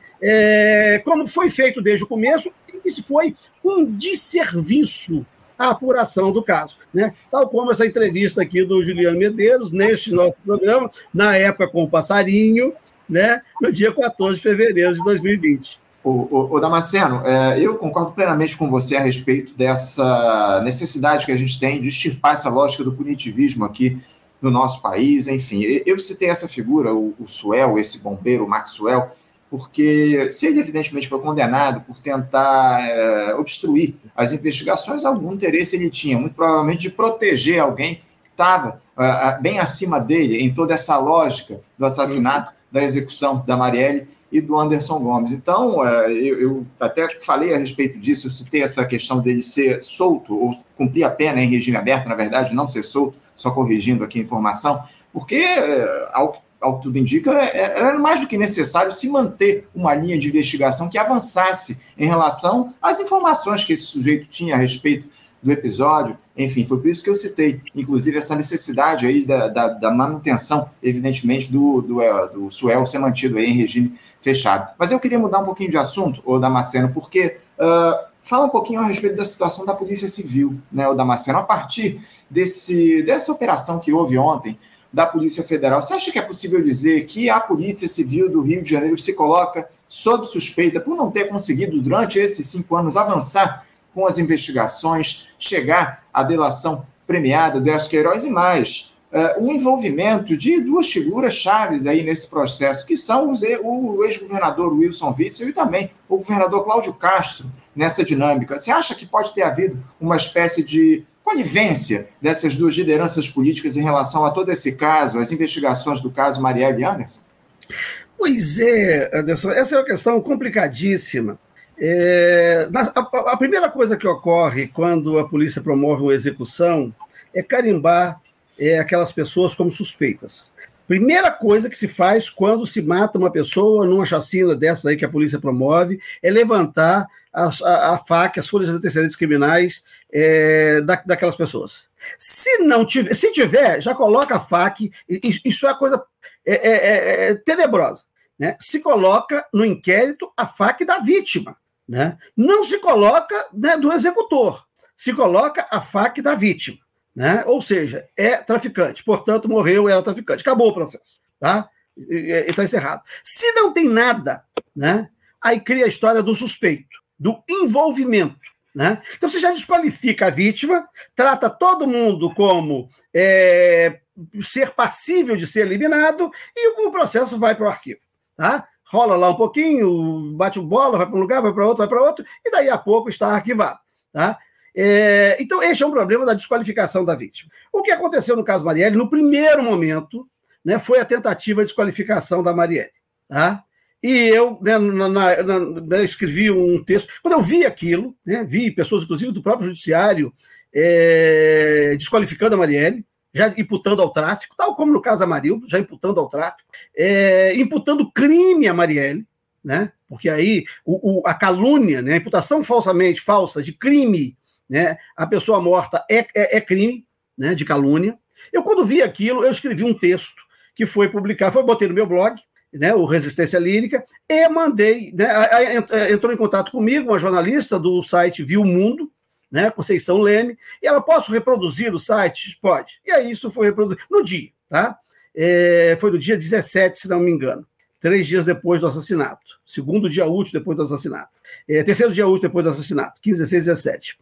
é, como foi feito desde o começo, isso foi um desserviço à apuração do caso, né? Tal como essa entrevista aqui do Juliano Medeiros, neste nosso programa, na época com o Passarinho, né, no dia quatorze de fevereiro de dois mil e vinte. O, o, o Damasceno, é, eu concordo plenamente com você a respeito dessa necessidade que a gente tem de extirpar essa lógica do punitivismo aqui no nosso país, enfim. Eu citei essa figura, o, o Suel, esse bombeiro, o Maxwell, porque se ele evidentemente foi condenado por tentar é, obstruir as investigações, algum interesse ele tinha, muito provavelmente de proteger alguém que estava é, bem acima dele em toda essa lógica do assassinato, uhum. da execução da Marielle e do Anderson Gomes. Então, é, eu, eu até falei a respeito disso, eu citei essa questão dele ser solto, ou cumprir a pena em regime aberto, na verdade, não ser solto, só corrigindo aqui a informação, porque, é, ao ao que tudo indica, era mais do que necessário se manter uma linha de investigação que avançasse em relação às informações que esse sujeito tinha a respeito do episódio. Enfim, foi por isso que eu citei, inclusive, essa necessidade aí da, da, da manutenção, evidentemente, do, do, do Suel ser mantido aí em regime fechado. Mas eu queria mudar um pouquinho de assunto, ô Damasceno, porque uh, fala um pouquinho a respeito da situação da Polícia Civil, né, ô Damasceno, a partir desse, dessa operação que houve ontem, da Polícia Federal. Você acha que é possível dizer que a Polícia Civil do Rio de Janeiro se coloca sob suspeita por não ter conseguido, durante esses cinco anos, avançar com as investigações, chegar à delação premiada do Elcio Queiroz e mais, uh, um envolvimento de duas figuras chaves aí nesse processo, que são os, o ex-governador Wilson Witzel e também o governador Cláudio Castro nessa dinâmica? Você acha que pode ter havido uma espécie de conivência dessas duas lideranças políticas em relação a todo esse caso, as investigações do caso Marielle e Anderson? Pois é, Anderson, essa é uma questão complicadíssima. É, a, a primeira coisa que ocorre quando a polícia promove uma execução é carimbar é, aquelas pessoas como suspeitas. Primeira coisa que se faz quando se mata uma pessoa numa chacina dessa aí que a polícia promove é levantar a, a, a F A C, as folhas de antecedentes criminais é, da, daquelas pessoas. Se não tiver, se tiver, já coloca a F A C, isso é coisa é, é, é, tenebrosa, né? Se coloca no inquérito a F A C da vítima, né? Não se coloca, né, do executor, se coloca a F A C da vítima. Né? Ou seja, é traficante, portanto, morreu, era traficante. Acabou o processo, tá? E está encerrado. Se não tem nada, né, aí cria a história do suspeito, do envolvimento, Né? Então você já desqualifica a vítima, trata todo mundo como é, ser passível de ser eliminado e o processo vai para o arquivo. Tá? Rola lá um pouquinho, bate o bola, vai para um lugar, vai para outro, vai para outro, e daí a pouco está arquivado. Tá? É, então, esse é um problema da desqualificação da vítima. O que aconteceu no caso Marielle, no primeiro momento, né, foi a tentativa de desqualificação da Marielle. Tá? E eu né, na, na, na, escrevi um texto. Quando eu vi aquilo, né, vi pessoas, inclusive do próprio judiciário, é, desqualificando a Marielle, já imputando ao tráfico, tal como no caso Amarildo, já imputando ao tráfico, é, imputando crime a Marielle, né, porque aí o, o, a calúnia, né, a imputação falsamente falsa de crime, né, a pessoa morta é, é, é crime, né, de calúnia. Eu, quando vi aquilo, eu escrevi um texto que foi publicado, foi botei no meu blog, né, o Resistência Lírica, e mandei, né, entrou em contato comigo uma jornalista do site Viu Mundo, né, Conceição Leme, e ela, posso reproduzir o site? Pode. E aí isso foi reproduzido no dia, tá? É, foi no dia dezessete, se não me engano, três dias depois do assassinato, segundo dia útil depois do assassinato, é, terceiro dia útil depois do assassinato, quinze, dezesseis, dezessete.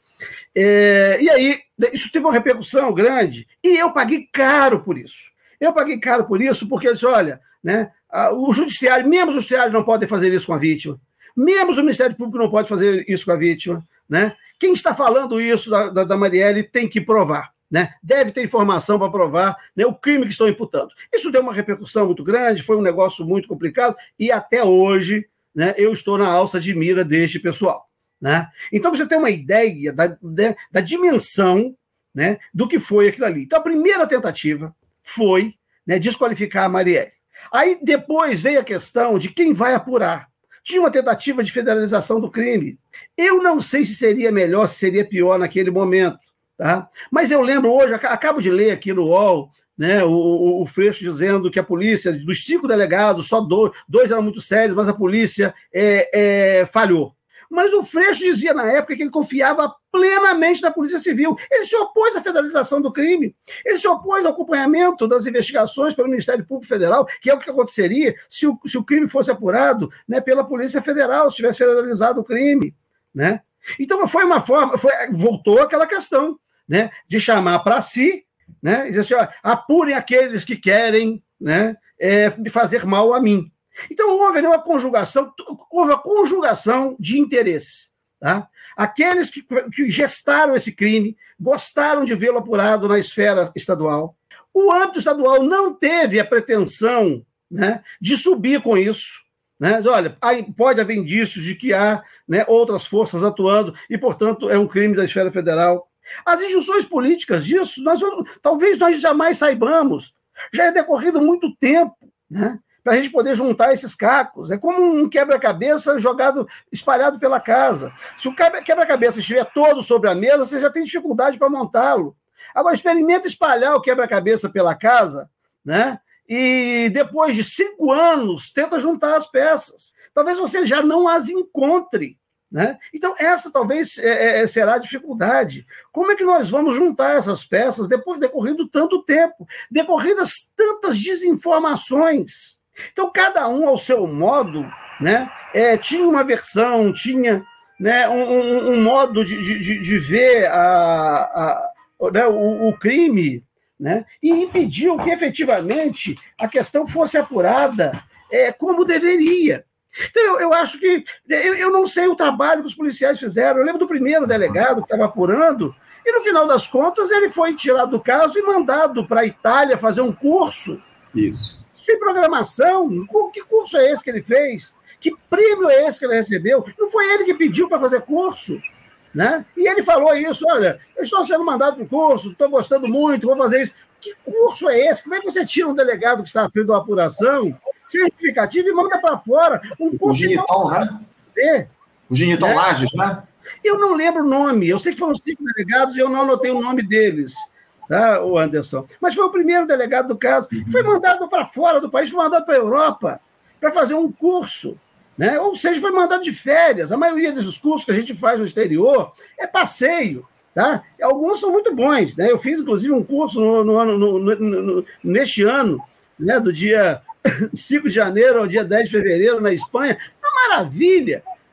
É, e aí, isso teve uma repercussão grande, e eu paguei caro por isso. Eu paguei caro por isso porque eu disse, olha, né, o judiciário, membros do judiciário não podem fazer isso com a vítima, membros do Ministério Público não podem fazer isso com a vítima, né? Quem está falando isso da, da, da Marielle tem que provar, né? Deve ter informação para provar, né, o crime que estão imputando. Isso deu uma repercussão muito grande, foi um negócio muito complicado, e até hoje, né, eu estou na alça de mira deste pessoal. Né? Então, você tem uma ideia da, da, da dimensão, né, do que foi aquilo ali. Então, a primeira tentativa foi, né, desqualificar a Marielle. Aí, depois, veio a questão de quem vai apurar. Tinha uma tentativa de federalização do crime. Eu não sei se seria melhor, se seria pior naquele momento. Tá? Mas eu lembro hoje, acabo de ler aqui no U O L, né, o, o, o Freixo dizendo que a polícia, dos cinco delegados, só dois, dois eram muito sérios, mas a polícia é, é, falhou. Mas o Freixo dizia na época que ele confiava plenamente na Polícia Civil. Ele se opôs à federalização do crime. Ele se opôs ao acompanhamento das investigações pelo Ministério Público Federal, que é o que aconteceria se o, se o crime fosse apurado, né, pela Polícia Federal, se tivesse federalizado o crime. Né? Então, foi uma forma... Foi, voltou aquela questão, né, de chamar para si, né, e dizer assim, ó, apurem aqueles que querem, né, é, fazer mal a mim. Então, houve uma conjugação, houve a conjugação de interesses. Tá? Aqueles que, que gestaram esse crime gostaram de vê-lo apurado na esfera estadual. O âmbito estadual não teve a pretensão, né, de subir com isso. Né? Olha, pode haver indícios de que há, né, outras forças atuando e, portanto, é um crime da esfera federal. As injunções políticas disso, nós vamos, talvez nós jamais saibamos. Já é decorrido muito tempo, né, para a gente poder juntar esses cacos. É como um quebra-cabeça jogado, espalhado pela casa. Se o quebra-cabeça estiver todo sobre a mesa, você já tem dificuldade para montá-lo. Agora, experimenta espalhar o quebra-cabeça pela casa, né? E depois de cinco anos, tenta juntar as peças. Talvez você já não as encontre. Né? Então, essa talvez é, é, será a dificuldade. Como é que nós vamos juntar essas peças depois de decorrido tanto tempo, decorridas tantas desinformações? Então, cada um ao seu modo, né, é, tinha uma versão, tinha, né, um, um, um modo de, de, de ver a, a, né, o, o crime, né, e impediu que efetivamente a questão fosse apurada é, como deveria. Então, eu, eu acho que... Eu, eu não sei o trabalho que os policiais fizeram. Eu lembro do primeiro delegado que estava apurando, e no final das contas ele foi tirado do caso e mandado para a Itália fazer um curso. Isso. Sem programação. Que curso é esse que ele fez? Que prêmio é esse que ele recebeu? Não foi ele que pediu para fazer curso. Né? E ele falou isso, olha, eu estou sendo mandado para o curso, estou gostando muito, vou fazer isso. Que curso é esse? Como é que você tira um delegado que está à frente da apuração, certificativo, e manda para fora? Um o Giniton, né? É. O Giniton, né? Lages, né? Eu não lembro o nome, eu sei que foram cinco delegados e eu não anotei o nome deles, tá, o Anderson? Mas foi o primeiro delegado do caso, uhum. Foi mandado para fora do país, foi mandado para a Europa para fazer um curso. Né? Ou seja, foi mandado de férias. A maioria desses cursos que a gente faz no exterior é passeio. Tá? Alguns são muito bons. Né? Eu fiz, inclusive, um curso no, no ano, no, no, no, neste ano, né? Do dia cinco de janeiro ao dia dez de fevereiro, na Espanha. Uma maravilha!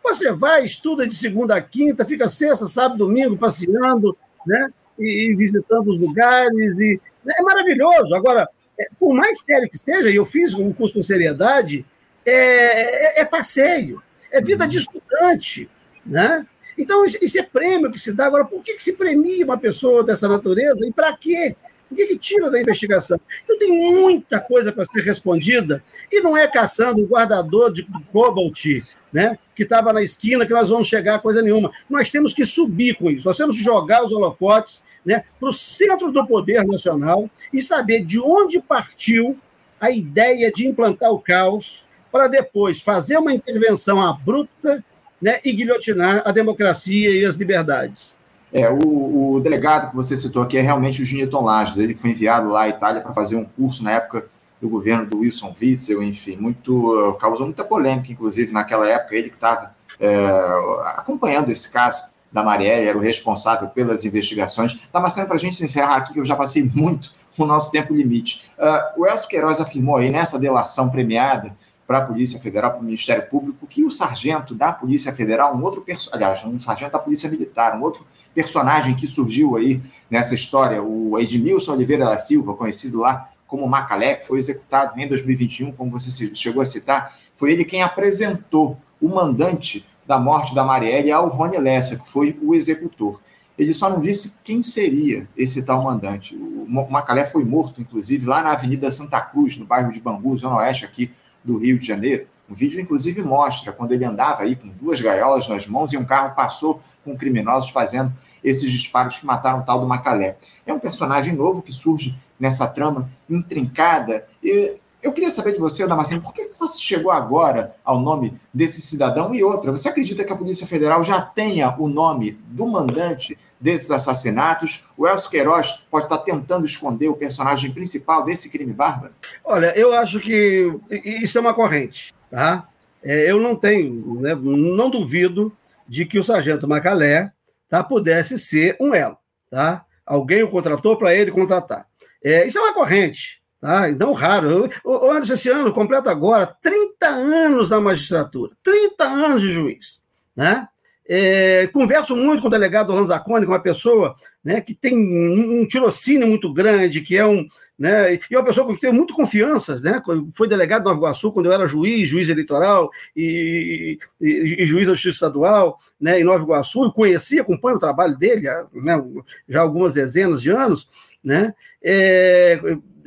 Você vai, estuda de segunda a quinta, fica sexta, sábado, domingo, passeando, né? E, e visitando os lugares. E, é maravilhoso. Agora, é, por mais sério que esteja, e eu fiz um curso com seriedade, é, é, é passeio, é vida de estudante, né? Então, isso é prêmio que se dá. Agora, por que, que se premia uma pessoa dessa natureza e para quê? Por que, que tira da investigação? Então, tem muita coisa para ser respondida e não é caçando o guardador de cobalt, né, que estava na esquina, que nós vamos chegar a coisa nenhuma. Nós temos que subir com isso, nós temos que jogar os holofotes, né, para o centro do poder nacional e saber de onde partiu a ideia de implantar o caos para depois fazer uma intervenção abrupta, né, e guilhotinar a democracia e as liberdades. É, o, o delegado que você citou aqui é realmente o Giniton Lages. Ele foi enviado lá à Itália para fazer um curso na época do governo do Wilson Witzel, enfim, muito, causou muita polêmica, inclusive, naquela época. Ele que estava é, acompanhando esse caso da Marielle, era o responsável pelas investigações. Damasceno, para a gente encerrar aqui, que eu já passei muito o nosso tempo limite. Uh, o Elcio Queiroz afirmou aí, nessa delação premiada para a Polícia Federal, para o Ministério Público, que o sargento da Polícia Federal, um outro perso- aliás, um sargento da Polícia Militar, um outro personagem que surgiu aí nessa história, o Edmilson Oliveira da Silva, conhecido lá como Macalé, que foi executado em dois mil e vinte e um, como você chegou a citar, foi ele quem apresentou o mandante da morte da Marielle ao Rony Lessa, que foi o executor. Ele só não disse quem seria esse tal mandante. O Macalé foi morto, inclusive, lá na Avenida Santa Cruz, no bairro de Bangu, zona oeste aqui do Rio de Janeiro. O vídeo, inclusive, mostra quando ele andava aí com duas gaiolas nas mãos e um carro passou com criminosos fazendo esses disparos que mataram o tal do Macalé. É um personagem novo que surge nessa trama intrincada. E eu queria saber de você, Damasceno, por que você chegou agora ao nome desse cidadão? E outra, você acredita que a Polícia Federal já tenha o nome do mandante desses assassinatos? O Elcio Queiroz pode estar tentando esconder o personagem principal desse crime bárbaro? Olha, eu acho que isso é uma corrente, tá? É, eu não tenho, né, não duvido de que o sargento Macalé, tá, pudesse ser um elo, tá? Alguém o contratou para ele contratar. É, isso é uma corrente, tá? Não raro. O Anderson, esse ano, completa agora trinta anos na magistratura, trinta anos de juiz, né? É, converso muito com o delegado Orlando Zacconi, com uma pessoa, né, que tem um, um tirocínio muito grande, que é um, né, e uma pessoa que tem muito confiança, né, foi delegado de Nova Iguaçu quando eu era juiz, juiz eleitoral e, e, e juiz da Justiça Estadual, né, em Nova Iguaçu, eu conheci, acompanho o trabalho dele, né, já há algumas dezenas de anos, né, é,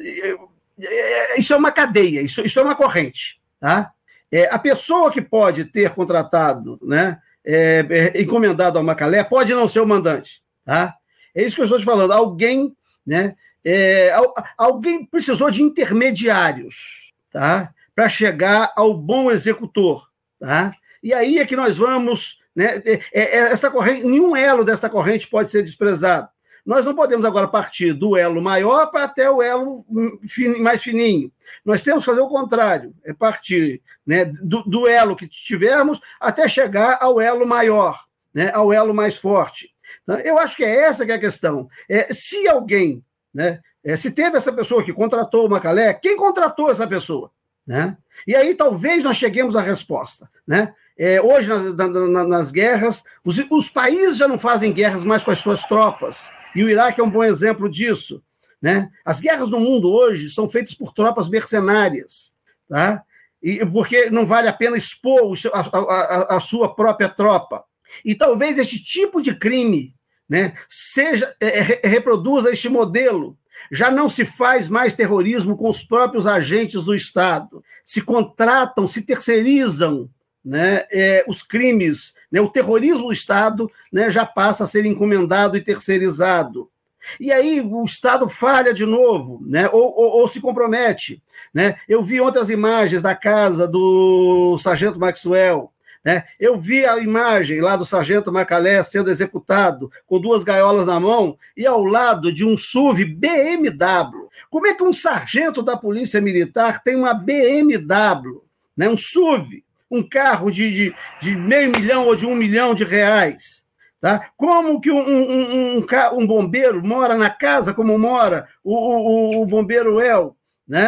é, isso é uma cadeia, isso, isso é uma corrente, tá? É, a pessoa que pode ter contratado, né, É, é, encomendado ao Macalé, pode não ser o mandante, tá? É isso que eu estou te falando. Alguém, né, é, alguém precisou de intermediários, tá, para chegar ao bom executor, tá? E aí é que nós vamos, né, é, é, essa corrente, nenhum elo dessa corrente pode ser desprezado. Nós não podemos agora partir do elo maior para até o elo mais fininho. Nós temos que fazer o contrário, é partir, né, do, do elo que tivermos até chegar ao elo maior, né, ao elo mais forte. Então, eu acho que é essa que é a questão. É, se alguém, né, é, se teve essa pessoa que contratou o Macalé, quem contratou essa pessoa? Né? E aí talvez nós cheguemos à resposta. Né? É, hoje, nas, nas, nas guerras, os, os países já não fazem guerras mais com as suas tropas, e o Iraque é um bom exemplo disso. Né? As guerras no mundo hoje são feitas por tropas mercenárias, tá? E, porque não vale a pena expor a, a, a sua própria tropa. E talvez este tipo de crime, né, seja, é, reproduza este modelo. Já não se faz mais terrorismo com os próprios agentes do Estado. Se contratam, se terceirizam, né, é, os crimes, né, o terrorismo do Estado, né, já passa a ser encomendado e terceirizado. E aí o Estado falha de novo, né, ou, ou, ou se compromete. Né? Eu vi outras imagens da casa do sargento Maxwell, né? Eu vi a imagem lá do sargento Macalé sendo executado com duas gaiolas na mão e ao lado de um S U V B M W. Como é que um sargento da Polícia Militar tem uma B M W, né? Um S U V, um carro de, de, de meio milhão ou de um milhão de reais? Tá? Como que um, um, um, um bombeiro mora na casa como mora o, o, o bombeiro El, né?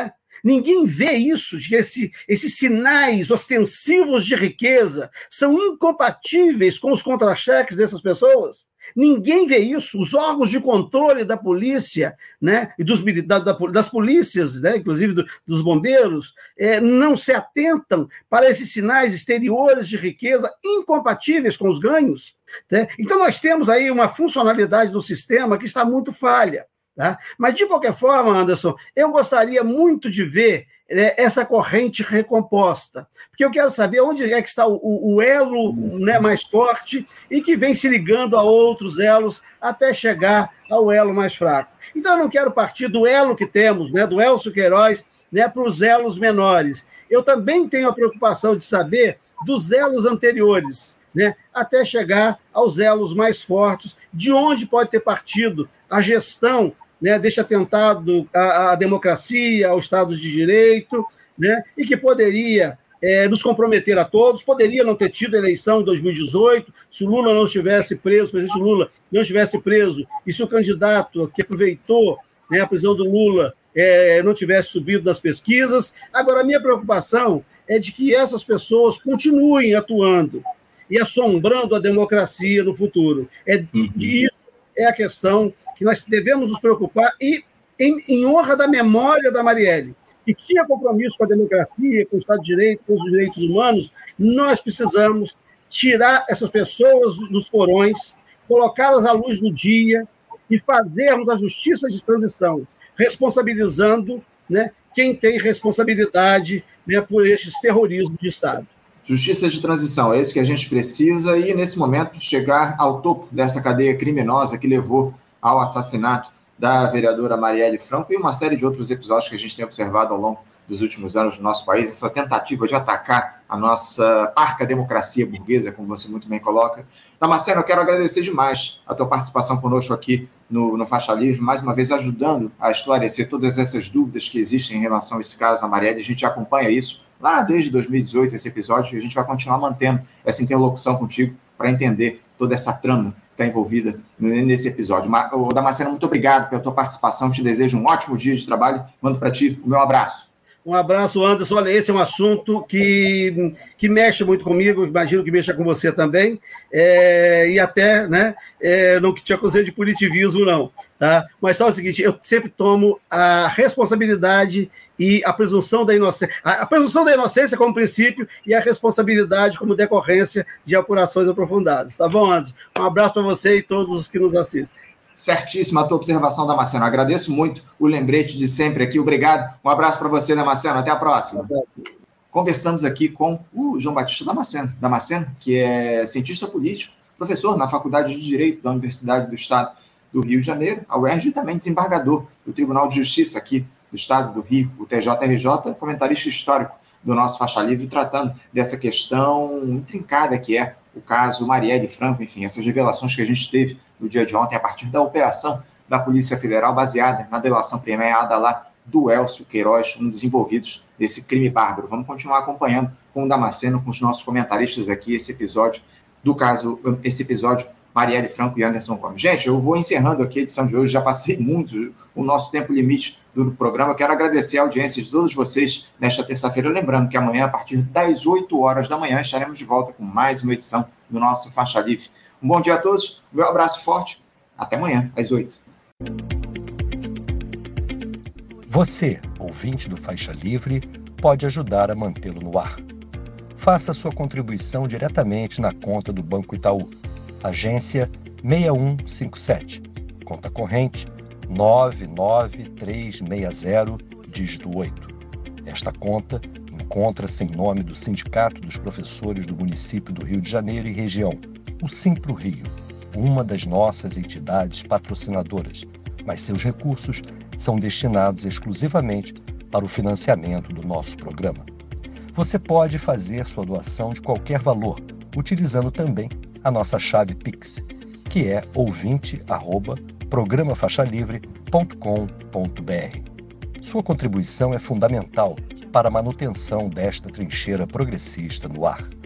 Ninguém vê isso, de que esse, esses sinais ostensivos de riqueza são incompatíveis com os contra-cheques dessas pessoas. Ninguém vê isso. Os órgãos de controle da polícia, né, e dos, da, da, das polícias, né, inclusive do, dos bombeiros, é, não se atentam para esses sinais exteriores de riqueza incompatíveis com os ganhos. Né? Então, nós temos aí uma funcionalidade do sistema que está muito falha. Tá? Mas, de qualquer forma, Anderson, eu gostaria muito de ver né, essa corrente recomposta, porque eu quero saber onde é que está o, o elo né, mais forte e que vem se ligando a outros elos até chegar ao elo mais fraco. Então, eu não quero partir do elo que temos, né, do Elcio Queiroz, né, para os elos menores. Eu também tenho a preocupação de saber dos elos anteriores, né, até chegar aos elos mais fortes, de onde pode ter partido a gestão né, deste atentado à, à democracia, ao Estado de Direito, né, e que poderia é, nos comprometer a todos, poderia não ter tido eleição em dois mil e dezoito, se o Lula não estivesse preso, o presidente Lula não estivesse preso, e se o candidato que aproveitou né, a prisão do Lula é, não tivesse subido nas pesquisas. Agora, a minha preocupação é de que essas pessoas continuem atuando e assombrando a democracia no futuro. É de isso é a questão que nós devemos nos preocupar e em, em honra da memória da Marielle, que tinha compromisso com a democracia, com o Estado de Direito, com os direitos humanos, nós precisamos tirar essas pessoas dos porões, colocá-las à luz do dia e fazermos a justiça de transição, responsabilizando né, quem tem responsabilidade né, por estes terrorismos de Estado. Justiça de transição, é isso que a gente precisa e, nesse momento, chegar ao topo dessa cadeia criminosa que levou ao assassinato da vereadora Marielle Franco e uma série de outros episódios que a gente tem observado ao longo dos últimos anos no nosso país, essa tentativa de atacar a nossa parca democracia burguesa, como você muito bem coloca. Damasceno, eu quero agradecer demais a tua participação conosco aqui no, no Faixa Livre, mais uma vez ajudando a esclarecer todas essas dúvidas que existem em relação a esse caso, a Marielle. A gente acompanha isso lá desde dois mil e dezoito, esse episódio, e a gente vai continuar mantendo essa interlocução contigo para entender toda essa trama que está envolvida nesse episódio. Damasceno, muito obrigado pela tua participação, te desejo um ótimo dia de trabalho, mando para ti o meu abraço. Um abraço, Anderson. Olha, esse é um assunto que, que mexe muito comigo, imagino que mexa com você também, é, e até, né, é, não te acusei de punitivismo, não, tá? Mas só o seguinte, eu sempre tomo a responsabilidade e a presunção da inocência, a, a presunção da inocência como princípio e a responsabilidade como decorrência de apurações aprofundadas, tá bom, Anderson? Um abraço para você e todos os que nos assistem. Certíssima a tua observação, Damasceno. Agradeço muito o lembrete de sempre aqui. Obrigado. Um abraço para você, Damasceno. Até a próxima. Conversamos aqui com o João Batista Damasceno, Damasceno, que é cientista político, professor na Faculdade de Direito da Universidade do Estado do Rio de Janeiro, a U E R J, e também desembargador do Tribunal de Justiça aqui do Estado do Rio, o T J R J, comentarista histórico do nosso Faixa Livre, tratando dessa questão intrincada que é o caso Marielle Franco, enfim, essas revelações que a gente teve no dia de ontem a partir da operação da Polícia Federal baseada na delação premiada lá do Elcio Queiroz, um dos envolvidos nesse crime bárbaro. Vamos continuar acompanhando com o Damasceno, com os nossos comentaristas aqui, esse episódio do caso, esse episódio Marielle Franco e Anderson Gomes. Gente, eu vou encerrando aqui a edição de hoje, já passei muito o nosso tempo limite do programa. Quero agradecer a audiência de todos vocês nesta terça-feira, lembrando que amanhã, a partir das oito horas da manhã, estaremos de volta com mais uma edição do nosso Faixa Livre. Um bom dia a todos, um meu abraço forte, até amanhã, às oito. Você, ouvinte do Faixa Livre, pode ajudar a mantê-lo no ar. Faça sua contribuição diretamente na conta do Banco Itaú, agência seis um cinco sete, conta corrente nove nove três seis zero, dígito oito. Esta conta encontra-se em nome do Sindicato dos Professores do Município do Rio de Janeiro e região, o Simpro Rio, uma das nossas entidades patrocinadoras, mas seus recursos são destinados exclusivamente para o financiamento do nosso programa. Você pode fazer sua doação de qualquer valor, utilizando também a nossa chave Pix, que é ouvinte arroba programa faixa livre ponto com ponto br. Sua contribuição é fundamental para a manutenção desta trincheira progressista no ar.